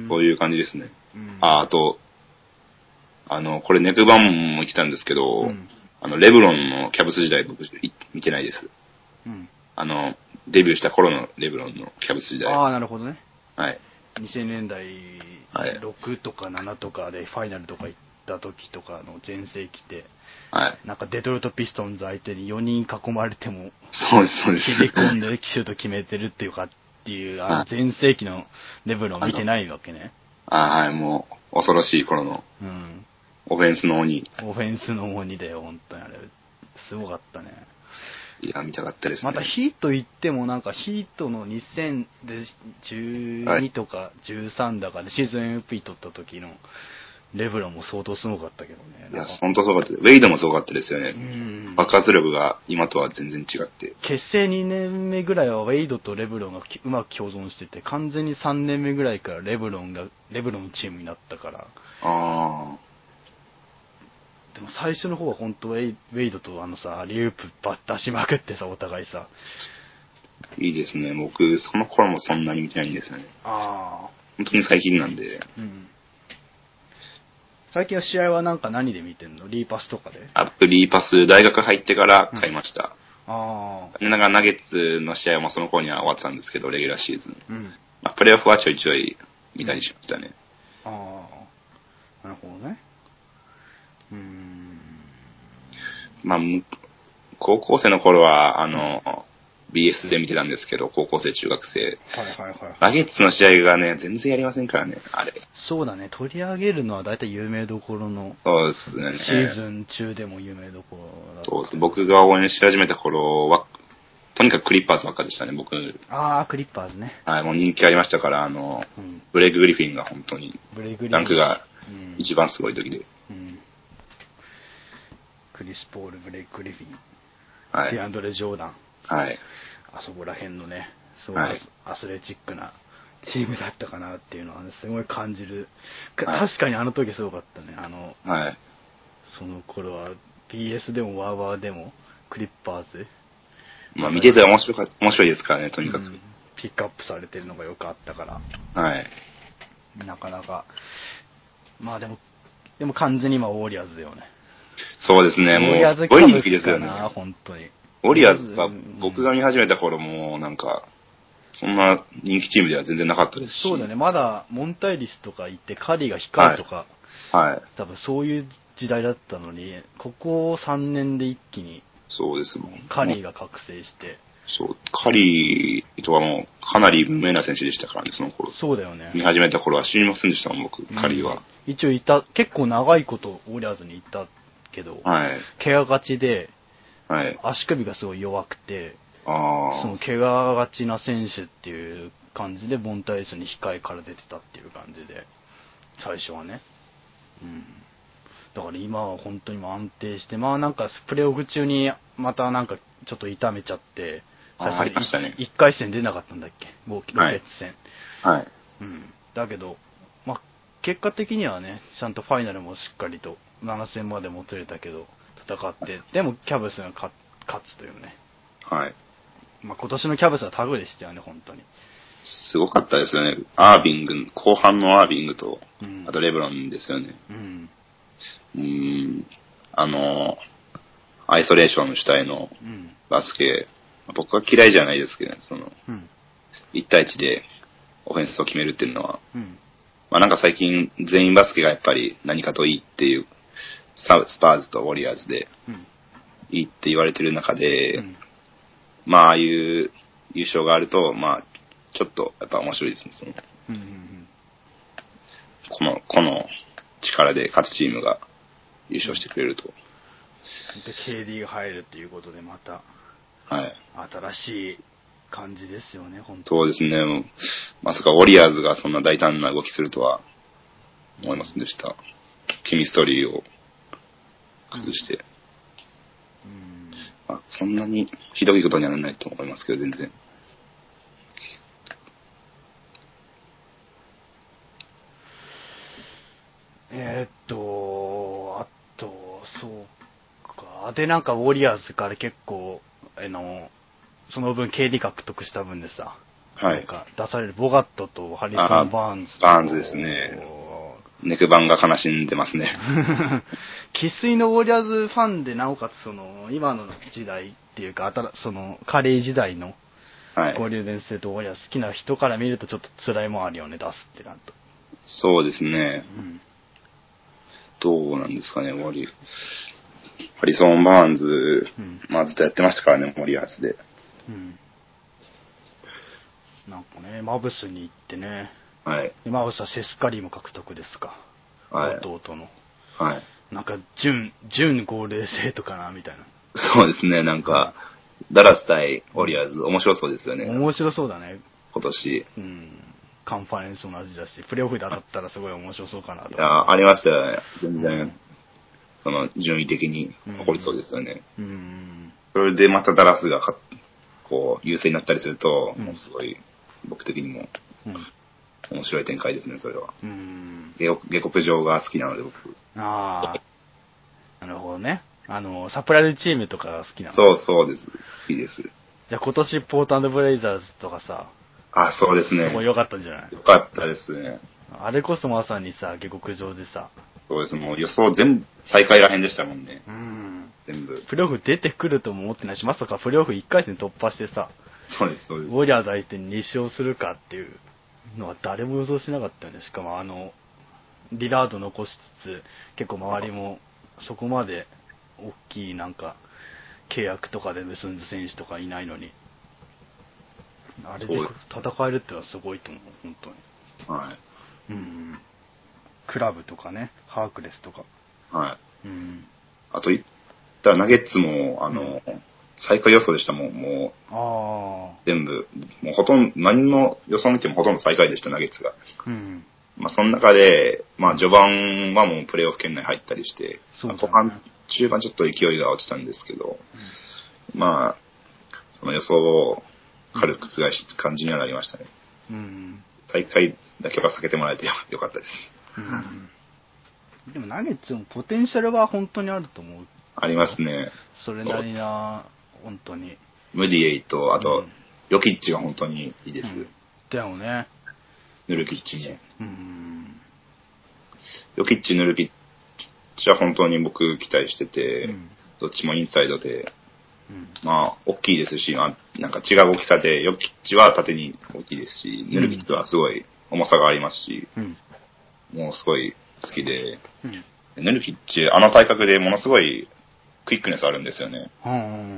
そういう感じですね。うん、あ、あと、あの、これネクバンも言ってたんですけど、うん、あの、レブロンのキャブス時代僕見てないです。うん、あの、デビューした頃のレブロンのキャブス時代。 ああ、なるほどね。 はい。 にせんねんだいろくとかななとかでファイナルとか行った時とかの全盛期で、はい、なんかデトロイトピストンズ相手によにん囲まれても、 そうです、そうです。 切り込んでシュート決めてるっていうかっていう、あの全盛期のレブロン見てないわけね。 あ、はい、もう恐ろしい頃の。うん。 オフェンスの鬼。 オフェンスの鬼で、本当にあれ、すごかったね。 いや、見たかったですね。 またヒート行ってもなんかヒートのにせんじゅうにとかじゅうさんだかでシーズン エムブイピー 取った時のレブロンも相当すごかったけどね。 いや、本当すごかった。ウェイドもすごかったですよね。爆発力が今とは全然違って。 結成にねんめぐらいはウェイドとレブロンがうまく共存してて、完全にさんねんめぐらいからレブロンが、レブロンのチームになったから。ああ。 でも最初の方は本当ウェイ、ウェイドとあのさ、リュープバッ出しまくってさ、お互いさ。 いいですね。僕、その頃もそんなに見てないんですよね。 ああ。 本当に最近なんで。 うん。最近は試合はなんか何で見てんの？リーパスとかで？ アップリーパス、大学入ってから買いました。 うん、ああ。 なんかナゲッツの試合もその頃には終わってたんですけど、レギュラーシーズン。 うん。 まあ、プレイオフはちょいちょい見たりしましたね。 うん、ああ。なるほどね。うーん。 まあ、高校生の頃は、あの、うん、ビーエス で見てたんですけど、高校生、中学生。 はいはいはい。 ナゲッツの試合がね、全然やりませんからね、あれ。 そうだね、取り上げるのは大体有名どころの。 そうですね。 シーズン中でも有名どころだった。 そうです。僕が応援し始めた頃は、とにかくクリッパーズばっかでしたね、僕。 ああ、クリッパーズね。 はい、もう人気ありましたから、あの、うん、ブレイク・グリフィンが本当に、ブレイクグリフィンランクが一番すごい時で。うん、 クリス・ポール、ブレイク・グリフィン。 はい。 ディアンドレ・ジョーダン。 はい。 あそこら辺のね、すごい、はい、アスレチックなチームだったかなっていうのは、ね、すごい感じる。はい、確かにあの時すごかったね。あの、 はい、 その頃は ビーエス でもワーワーでもクリッパーズ。 まあ見てて面白か面白いですからね、とにかく、うん。 ピックアップされてるのがよくあったから。 はい。 なかなか。まあでも、でも完全に今ウォリアーズだよね。 そうですね、もうすごい人気ですよね。 本当に。 ウォリアーズが僕が見始めた頃もなんか、そんな人気チームでは全然なかったですし。 そうだね、まだモンタイリスとか行ってカリーが控えとか、 はい。はい、 多分そういう時代だったのに、ここさんねんで一気に、 そうですもん。 カリーが覚醒して。 そう、カリーとはもうかなり無名な選手でしたからね、その頃。 そうだよね。 見始めた頃は知りませんでしたもん、僕、カリーは。 うん、一応いた、結構長いことウォリアーズにいたけど、 はい。 怪我がちで、 はい、 足首がすごい弱くて、 あその怪我がちな選手っていう感じでボンタイスに控えから出てたっていう感じで、最初はね。うん。だから今は本当に安定して、まあなんかプレーオフ中にまたなんかちょっと痛めちゃって、 最初いっかい戦出なかったんだっけ、ロケッツ戦。 はい。はい、 うん。だけど、まあ結果的にはね、ちゃんとファイナルもしっかりとなな戦までもつれたけど、戦って、でもキャブスが勝つというね。 はい。 まあ、今年のキャブスはタグでしたよね、本当に。 すごかったですよね。アービング、後半のアービングと、うん、あとレブロンですよね。うん。うーん。あの、アイソレーション主体のバスケ、うん、僕は嫌いじゃないですけど、ね、その、うん、いち対いちでオフェンスを決めるっていうのは、うん、まあなんか最近全員バスケがやっぱり何かといいっていう、スパーズとウォリアーズでいいって言われてる中で、うん、まあああいう優勝があると、まあちょっとやっぱ面白いですね、その、うんうんうん、この、この力で勝つチームが優勝してくれると。で、 ケーディー が入るっていうことでまた、 はい。 新しい感じですよね、本当そうですね。まさかウォリアーズがそんな大胆な動きするとは思いませんでした。うん、ケミストリーを崩して。うんうんまあ、そんなにひどいことにはならないと思いますけど、全然。 えー、っと、あと、そうか。で、なんかウォリアーズから結構、あの、その分、ケーディー 獲得した分でさ、 はい。 なんか出されるボガットとハリソン・バーンズ。 バーンズですね。ネクバンが悲しんでますね。 生粋のウォリアーズファンで、なおかつその、今の時代っていうか、その、カレー時代の、ゴリューデンステートウォリアーズ好きな人から見るとちょっと辛いもんあるよね、出すってなると。 そうですね。うんどうなんですかね、ウォリハリソン・バーンズ、うん、まあずっとやってましたからね、ウォリアーズで。うん。 なんかね、マブスに行ってね。 はい。 マブスはセスカリーも獲得ですか。はい。弟の。 はい。 なんか、準、準号令制とかな、みたいな。 そうですね、なんか、ダラス対ウォリアーズ、面白そうですよね。 面白そうだね。 今年。 うん。カンファレンスも同じだし、プレイオフで当たったらすごい面白そうかなと。 いや、ありましたよね。全然、うん、その、順位的に起こりそうですよね。うん。うん、それでまたダラスがか、こう、優勢になったりすると、うん、もうすごい、僕的にも、面白い展開ですね、それは。うん。下克上が好きなので、僕。 ああ。なるほどね。あの、サプライズチームとかが好きなの？ そうそうです。好きです。 じゃあ今年ポート&ブレイザーズとかさ。 あ、そうですね。 すごい良かったんじゃない？ 良かったですね。 あれこそまさにさ、下克上でさ。 そうです。もう予想全部最下位らへんでしたもんね。うん。全部。 プレーオフ出てくるとも思ってないし、まさかプレーオフいっかい戦突破してさ。 そうです、そうです。 ウォリアーズ相手にに勝するかっていうのは誰も予想しなかったよね。しかもあの、リラード残しつつ、結構周りもそこまで大きいなんか、契約とかで結んだ選手とかいないのに。あれで戦えるってのはすごいと思う、本当に。はい。うん。クラブとかね、ハークレスとか。 はい。うん。あと言ったらナゲッツも、あの、うん、最下位予想でしたもん、もう。ああ。全部、もうほとんど、何の予想見てもほとんど最下位でした、ナゲッツが。うん。まあ、その中で、まあ、序盤はもうプレーオフ圏内入ったりして、そうだね、後半、中盤ちょっと勢いが落ちたんですけど、うん、まあ、その予想を軽く覆した感じにはなりましたね。うん。大会だけは避けてもらえてよかったです。 うん。でもナゲッツもポテンシャルは本当にあると思う。 ありますね。 それなりな、本当に。 ムディエイと、あと、うん、ヨキッチが本当にいいです。うん、 だよね。 ヌルキッチに。うん。ヨキッチ、ヌルキッチは本当に僕期待してて、うん、どっちもインサイドで、うん、まあ、大きいですし、まあ、なんか違う大きさで、ヨキッチは縦に大きいですし、ヌルキッチはすごい重さがありますし、うん、もうすごい好きで、うん、ヌルキッチ、あの体格でものすごいクイックネスあるんですよね。うんうん、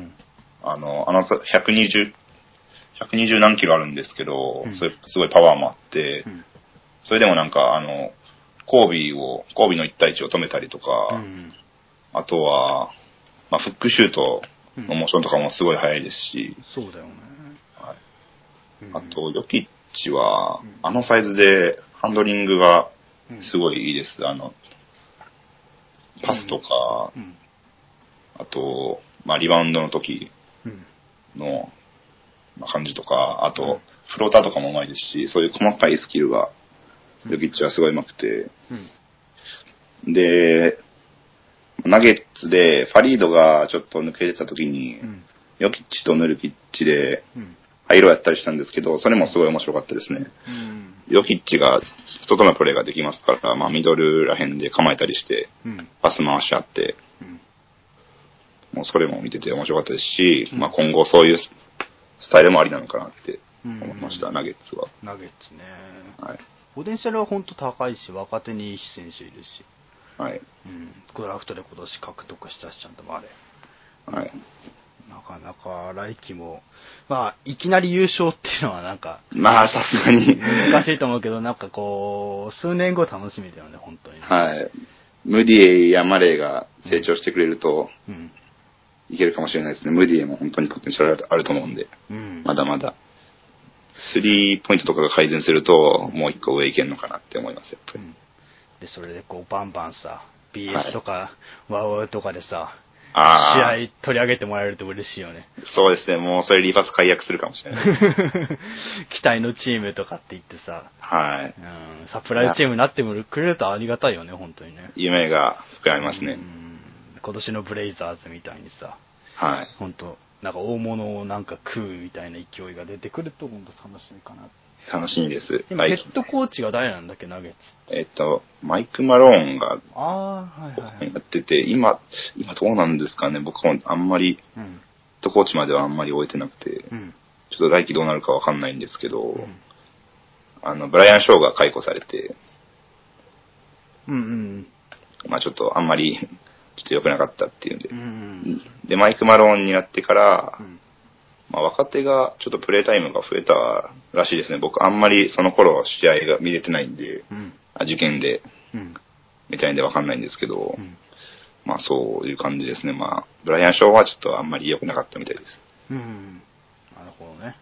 あの、あのひゃくにじゅう、ひゃくにじゅう何キロあるんですけど、うん、それすごいパワーもあって、うん、それでもなんか、あの、コービーを、コービーの一対一を止めたりとか、うん、あとは、まあ、フックシュートのモーションとかもすごい速いですし、 うん、そうだよね。 はい。あと、ヨキッチは、あのサイズでハンドリングがすごいいいです。あの、パスとか、うんうん、あと、まあ、リバウンドの時の、まあ、感じとか、あと、フローターとかもうまいですし、そういう細かいスキルが、ヨキッチはすごい上手くて、うん、で、ナゲッツでファリードがちょっと抜けてた時に、うん、ヨキッチとヌルキッチで、ハイローやったりしたんですけど、それもすごい面白かったですね。うん、ヨキッチが、外のプレーができますから、まあ、ミドルら辺で構えたりして、パス回し合って、うん、もうそれも見てて面白かったですし、うん、まあ、今後そういうスタイルもありなのかなって思いました、うん、ナゲッツは。 ナゲッツね。はい。ポテンシャルは本当高いし、若手にいい選手いるし。はい。うん。ドラフトで今年獲得したし、ちゃんともあれ。はい。なかなか来季も、まあ、いきなり優勝っていうのはなんか、 まあ、さすがに。 難しいと思うけど、なんかこう、数年後楽しみだよね、本当に。 はい。ムディエやマレーが成長してくれると、うん。いけるかもしれないですね。ムディエも本当にポテンシャルあると思うんで、うん、まだまだ。スリーポイントとかが改善すると、もう一個上いけるのかなって思います、やっぱり。うん、 で、それでこう、バンバンさ、ビーエス とか、ワウワウとかでさ、試合取り上げてもらえると嬉しいよね。 そうですね、もうそれリバース解約するかもしれない。 期待のチームとかって言ってさ、はい。うん、サプライズチームになってくれるとありがたいよね、本当にね。 夢が膨らみますね。うん、 今年のブレイザーズみたいにさ、はい。本当なんか大物をなんか食うみたいな勢いが出てくると本当楽しみかな。 楽しみです。 今ヘッドコーチが誰なんだっけ、ナゲッツ。 えっと、マイク・マローンが、 ああ、はいはい、はい。 やってて、今、今どうなんですかね、僕もあんまり、うん、ヘッドコーチまではあんまり終えてなくて、うん、ちょっと来季どうなるかわかんないんですけど、うん、あの、ブライアン・ショーが解雇されて、うんうん。まあちょっとあんまり、ちょっと良くなかったっていうんで、うんうん、で、マイク・マローンになってから、うんまあ、若手がちょっとプレータイムが増えたらしいですね。僕あんまりその頃試合が見れてないんで、うん、受験で、うん、みたいんでわかんないんですけど、うん、 まあそういう感じですね。まあ、ブライアン・ショーはちょっとあんまり良くなかったみたいです。 うん。なるほどね。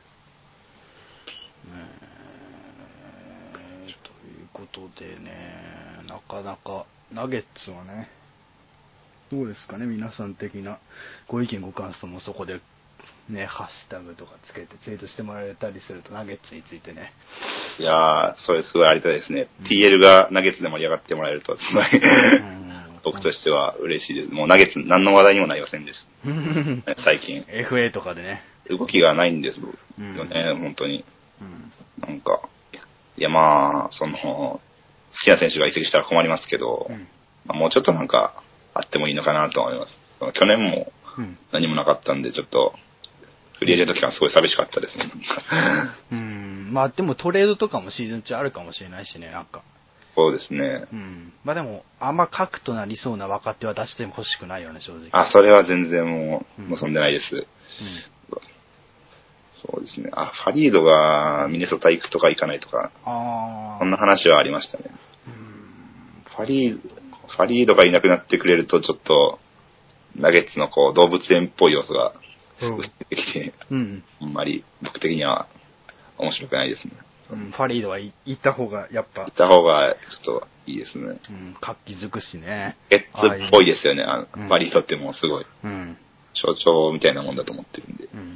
えー、ということでね、なかなか、ナゲッツはね、どうですかね、皆さん的なご意見ご感想もそこでね、ハッシュタグとかつけてツイートしてもらえたりすると、ナゲッツについてね。 いやー、それすごいありがたいですね。うん、ティーエル がナゲッツで盛り上がってもらえると、すごい僕としては嬉しいです。もうナゲッツ何の話題にもなりませんでした。最近。 エフエー とかでね。 動きがないんですよね、うん、本当に。うん、なんか、いやまあ、その、好きな選手が移籍したら困りますけど、うんまあ、もうちょっとなんか、あってもいいのかなと思います。その去年も何もなかったんで、ちょっと、フリーエージェント期間すごい寂しかったですね。 うん、まあでもトレードとかもシーズン中あるかもしれないしね、なんか。 そうですね。 うん。まあでも、あんま核となりそうな若手は出しても欲しくないよね、正直。 あ、それは全然もう、望んでないです。うん、そうですね。あ、ファリードがミネソタ行くとか行かないとか、あそんな話はありましたね。うん、ファリード、ファリードがいなくなってくれると、ちょっと、ナゲッツのこう、動物園っぽい要素が薄ってきて、うん、あんまり僕的には面白くないですね。 うん、ファリードは行った方がやっぱ。 行った方がちょっといいですね。 うん、活気づくしね。 ゲッツっぽいですよね、あの、うん、ファリードってもうすごい。うん。象徴みたいなもんだと思ってるんで。うん、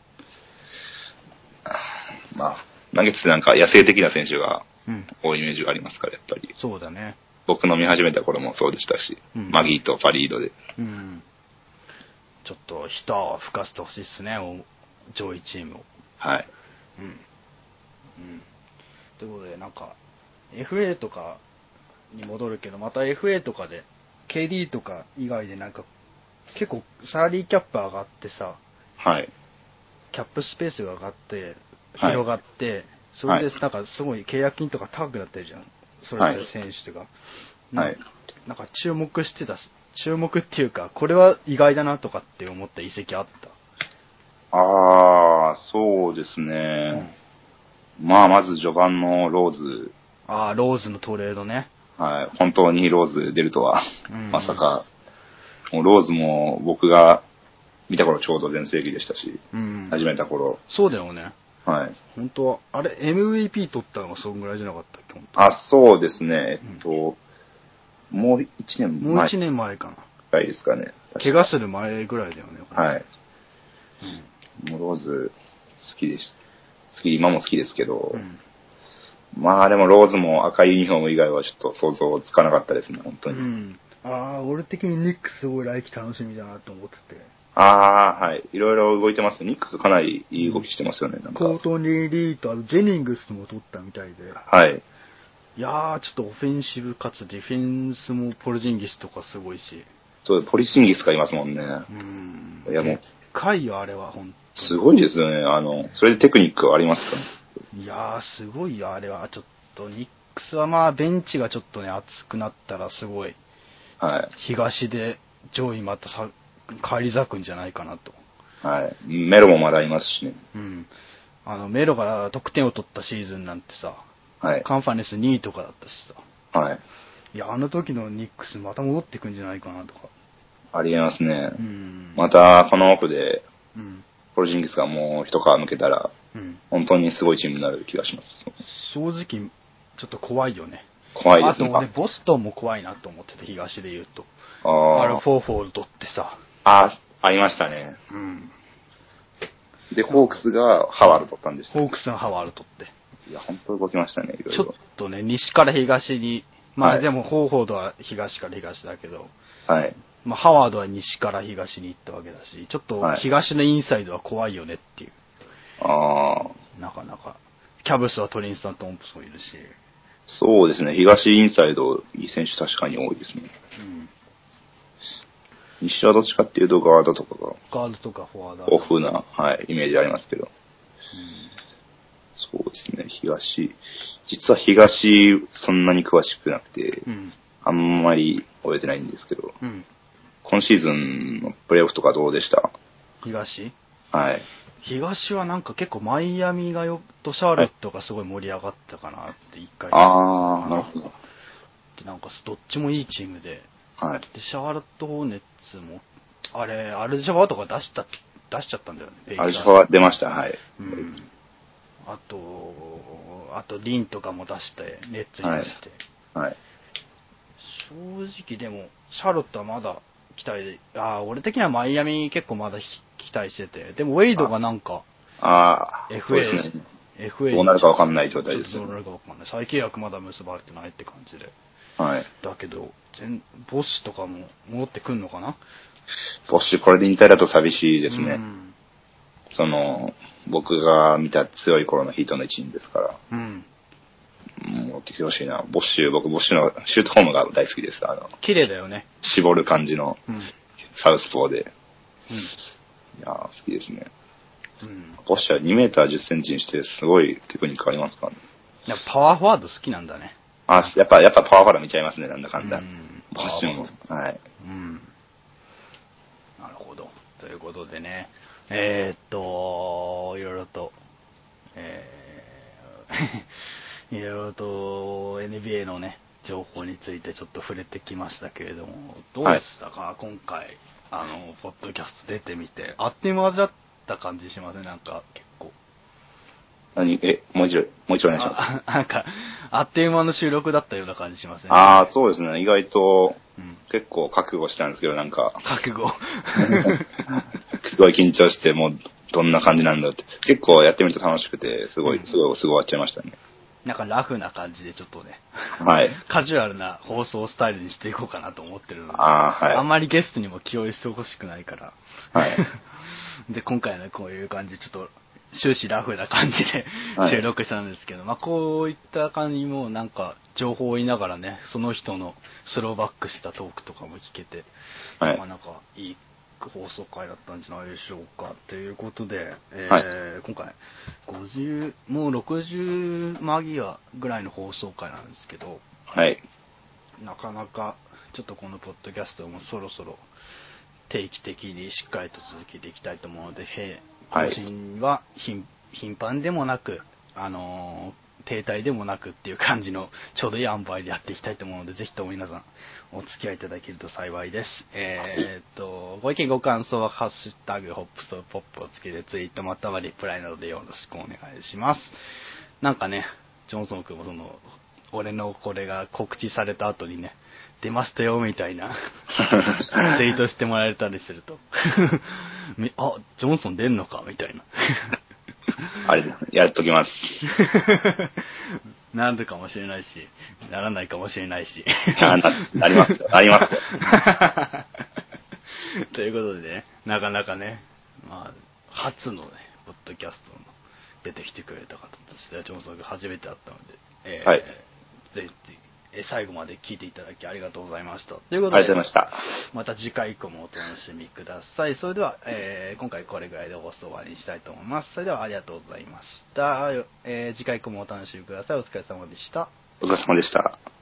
まあ、ナゲッツってなんか野生的な選手が多いイメージがありますから、やっぱり。 そうだね。 僕の見始めた頃もそうでしたし、うん、マギーとファリードで。うん。 ちょっと一泡吹かせてほしいっすね、上位チームを。 はい。 うん。うん。ということで、なんか、エフエー とかに戻るけど、また エフエー とかで、ケーディー とか以外でなんか、結構サラリーキャップ上がってさ、 はい。 キャップスペースが上がって、広がって、はい、それでなんかすごい契約金とか高くなってるじゃん。それぞれ選手とか。はい。なんか注目してた、注目っていうか、これは意外だなとかって思った遺跡あった？ ああ、そうですね。うん、まあ、まず序盤のローズ。 ああ、ローズのトレードね。 はい。本当にローズ出るとは、うん、まさか。もうローズも僕が見た頃ちょうど全盛期でしたし、うん、始めた頃。 そうだよね。 はい。 本当は、あれ、エムブイピー 取ったのがそんぐらいじゃなかったっけ？ あ、そうですね。えっと、うん、もう一年前。もう一年前かな。 ぐらいですかね。 怪我する前ぐらいだよね。 はい。うん、もうローズ好きでした。好き、今も好きですけど、うん、まあでもローズも赤いユニフォーム以外はちょっと想像つかなかったですね、本当に。うん、 ああ、俺的にニックスすごい来季楽しみだなと思ってて。 ああ、はい。いろいろ動いてます。ニックスかなりいい動きしてますよね、なんか。 コートニー・リーと、あとジェニングスも取ったみたいで。 はい。 いやー、ちょっとオフェンシブかつディフェンスもポルジンギスとかすごいし。 そう、ポリシンギスがいますもんね。うん。 いやもう。でっかいよ、あれは、ほんと。 すごいですよね。あの、それでテクニックはありますか？ いやー、すごいよ、あれは。ちょっと、ニックスはまあ、ベンチがちょっとね、熱くなったらすごい。はい。東で上位またさ、返り咲くんじゃないかなと。 はい。メロもまだいますしね。 うん。あの、メロが得点を取ったシーズンなんてさ、はい。カンファレンスにいとかだったしさ。はい。いや、あの時のニックスまた戻ってくんじゃないかなとか。 ありえますね。うん。また、このオフで、うん。ポルジンギスがもう一皮抜けたら、うん。本当にすごいチームになる気がします。 正直、ちょっと怖いよね。 怖いですね。 あとね、ボストンも怖いなと思ってて、東で言うと。ああ。あれ、フォーフォール取ってさ。 あ、ありましたね。うん。で、ホークスがハワード取ったんです、 ね、ホークスがハワード取って。 いや、本当動きましたね、いろいろ。ちょっとね、西から東に、まあ、はい、でも、ホーフォードは東から東だけど、はい。まあ、ハワードは西から東に行ったわけだし、ちょっと東のインサイドは怖いよねっていう。ああ。なかなか。キャブスはトリンスタン・トンプソンいるし。 そうですね、東インサイド、いい選手確かに多いですね。うん。西はどっちかっていうとガードとかが。 ガードとかフォワード。 オフな、はい、イメージありますけど。うん、そうですね、東。実は東、そんなに詳しくなくて、うん、あんまり覚えてないんですけど、うん、今シーズンのプレーオフとかどうでした？ 東？ はい。 東はなんか結構マイアミがよとシャーロットがすごい盛り上がったかなって一回。 ああ、なるほど。 で、なんかどっちもいいチームで。 はい。 で、シャーロット・ホーネッツも、あれ、アルジャバとか出した、出しちゃったんだよね。 アルジャバは出ました、はい。 うん。あと、あと、リンとかも出して、ネッツに出して。 はい。はい、 正直でも、シャーロットはまだ期待で、ああ、俺的にはマイアミ結構まだ期待してて、でもウェイドがなんか、 ああ、 エフエー、 そうですね。 エフエーどうなるかわかんない状態です、ね。 どうなるかわかんない。再契約まだ結ばれてないって感じで。 はい。 だけど、全ボッシュとかも戻ってくんのかな？ ボッシュこれで引退だと寂しいですね。 うん、 その、僕が見た強い頃のヒートの一員ですから。 うん。 持ってきてほしいな。ボッシュ、僕ボッシュのシュートフォームが大好きです。あの、 綺麗だよね。 絞る感じの、 うん、 サウスポーで。 うん、 いやー、好きですね。 うん。 ボッシュはにメーターじゅっセンチにしてすごいテクニックありますからね。 やっぱパワーフォワード好きなんだね。 あ、やっぱ、やっぱパワーファラ見ちゃいますね、なんだかんだ。 うん、 ボッシュも。はい。 うん。なるほど。ということでね、えー、っと、いろいろと、えー、いろいろと エヌビーエー のね、情報についてちょっと触れてきましたけれども、どうでしたか、はい、今回、あの、ポッドキャスト出てみて、あっという間だった感じしません？なんか、結構。 何え、もう一度、もう一度お願いします。 なんか、あっという間の収録だったような感じしません？ ああ、そうですね。意外と、 うん、 結構覚悟したんですけど、なんか。 覚悟すごい緊張して、もう、どんな感じなんだって。結構やってみると楽しくて、すごい、 うん、 すごい、すごい終わっちゃいましたね。 なんかラフな感じでちょっとね、 はい。 カジュアルな放送スタイルにしていこうかなと思ってるので、 あ,、はい、 あんまりゲストにも気負いしてほしくないから。 はい。 で、今回のこういう感じ、ちょっと終始ラフな感じで収録したんですけど、はい、まあこういった感じもなんか情報を言いながらね、その人のスローバックしたトークとかも聞けて、はい、なかなかいい放送回だったんじゃないでしょうか。ということで、えーはい、今回ごじゅう、もうろくじゅう間際ぐらいの放送回なんですけど、 はい。 なかなかちょっとこのポッドキャストもそろそろ定期的にしっかりと続けていきたいと思うので、更新は頻繁でもなく、あのー、停滞でもなくっていう感じのちょうどいい塩梅でやっていきたいと思うので、ぜひとも皆さんお付き合いいただけると幸いです。えー、っと、ご意見ご感想はハッシュタグホップスポップをつけてツイートまたはリプライなどでよろしくお願いします。なんかね、ジョンソン君もその、俺のこれが告知された後にね、出ましたよみたいなツイートしてもらえたりするとあ、ジョンソン出んのかみたいなあれ、やっときますなんでかもしれないし、ならないかもしれないしな, なりますよ、なりますよということでね、なかなかね、まあ、初のね、ポッドキャストの出てきてくれた方としては、ジョンソンが初めて会ったので、えー、 はい、 ぜひ最後まで聞いていただきありがとうございました。ということで、 ありがとうございました。 また次回以降もお楽しみください。それでは、えー、今回これぐらいで放送終わりにしたいと思います。それではありがとうございました。えー、次回以降もお楽しみください。お疲れ様でした。 お疲れ様でした。